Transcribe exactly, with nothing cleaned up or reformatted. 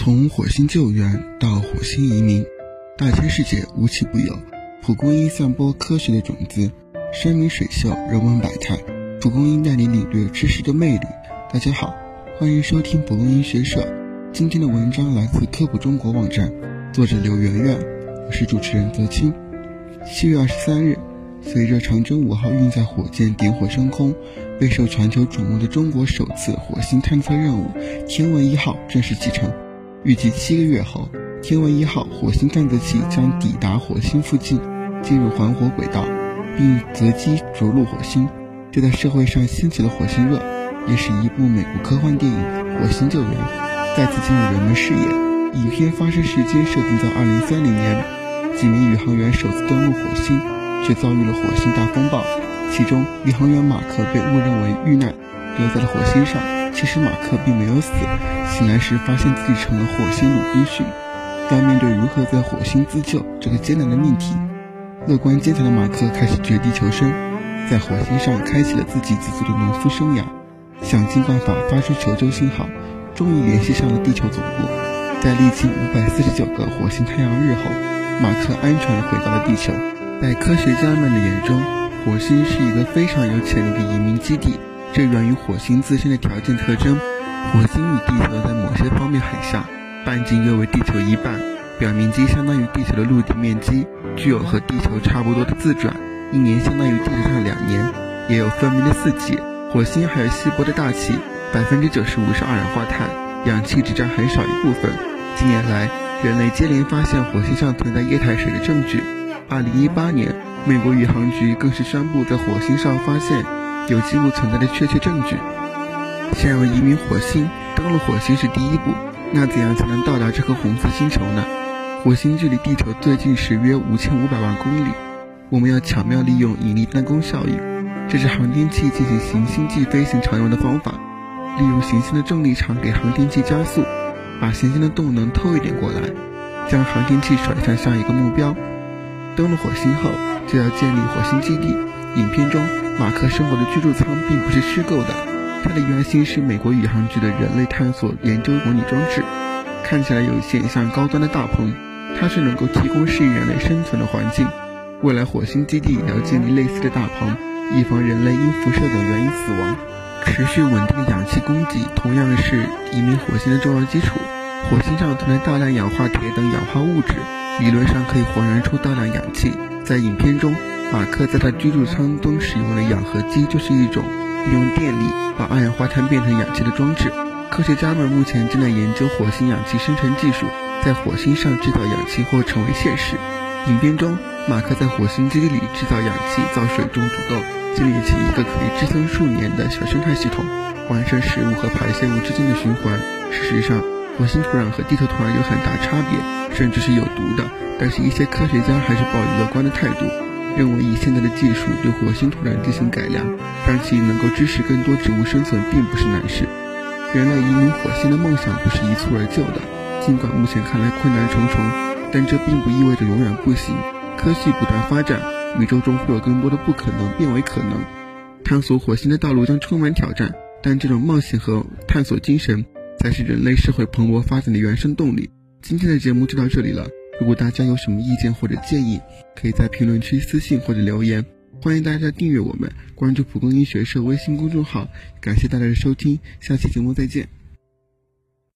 从火星救援到火星移民，大千世界无奇不有。蒲公英散播科学的种子，山明水秀，人文百态。蒲公英带你领略知识的魅力。大家好，欢迎收听蒲公英学社。今天的文章来自科普中国网站，作者刘媛媛，我是主持人泽清。七月二十三日，随着长征五号运载火箭点火升空，备受全球瞩目的中国首次火星探测任务天问一号正式启程。预计七个月后，天问一号火星探测器将抵达火星附近，进入环火轨道，并择机着陆火星。这在社会上掀起了火星热，也使一部美国科幻电影《火星救援》再次进入人们视野。影片发射时间设定在二零三零年，几名宇航员首次登陆火星，却遭遇了火星大风暴。其中，宇航员马克被误认为遇难，留在了火星上。其实马克并没有死，醒来时发现自己成了火星鲁滨逊。在面对如何在火星自救这个艰难的命题，乐观坚强的马克开始绝地求生，在火星上开启了自给自足的农夫生涯，想尽办法发出求救信号，终于联系上了地球总部。在历经五百四十九个火星太阳日后，马克安全地回到了地球。在科学家们的眼中，火星是一个非常有潜力的移民基地，这源于火星自身的条件特征。火星与地球在某些方面很像，半径约为地球一半，表面积相当于地球的陆地面积，具有和地球差不多的自转，一年相当于地球上两年，也有分明的四季。火星还有稀薄的大气， 百分之九十五 是二氧化碳，氧气只占很少一部分。近年来，人类接连发现火星上存在液态水的证据。二零一八年，美国宇航局更是宣布在火星上发现有机物存在的确切证据。想要移民火星，登陆火星是第一步，那怎样才能到达这颗红色星球呢？火星距离地球最近时约五千五百万公里，我们要巧妙利用引力弹弓效应，这是航天器进行行星际飞行常用的方法，利用行星的重力场给航天器加速，把行星的动能偷一点过来，将航天器甩向下一个目标。登陆火星后，就要建立火星基地。影片中，马克生活的居住舱并不是虚构的，它的原型是美国宇航局的人类探索研究模拟装置，看起来有些像高端的大棚，它是能够提供适应人类生存的环境。未来火星基地也要建立类似的大棚，以防人类因辐射等原因死亡。持续稳定的氧气供给同样是移民火星的重要基础。火星上存在大量氧化铁等氧化物质，理论上可以还原出大量氧气。在影片中，马克在他居住舱中使用的氧合机就是一种利用电力把二氧化碳变成氧气的装置。科学家们目前正在研究火星氧气生成技术，在火星上制造氧气或成为现实。影片中，马克在火星基地里制造氧气，造水中土豆，建立起一个可以支撑数年的小生态系统，完善食物和排泄物之间的循环。事实上，火星土壤和地球土壤有很大差别，甚至是有毒的，但是一些科学家还是抱有乐观的态度，认为以现在的技术对火星土壤进行改良，让其能够支持更多植物生存并不是难事。人类移民火星的梦想不是一蹴而就的，尽管目前看来困难重重，但这并不意味着永远不行。科技不断发展，宇宙中会有更多的不可能变为可能。探索火星的道路将充满挑战，但这种冒险和探索精神才是人类社会蓬勃发展的原生动力。今天的节目就到这里了，如果大家有什么意见或者建议，可以在评论区私信或者留言。欢迎大家订阅我们，关注蒲公英学社微信公众号。感谢大家的收听，下期节目再见。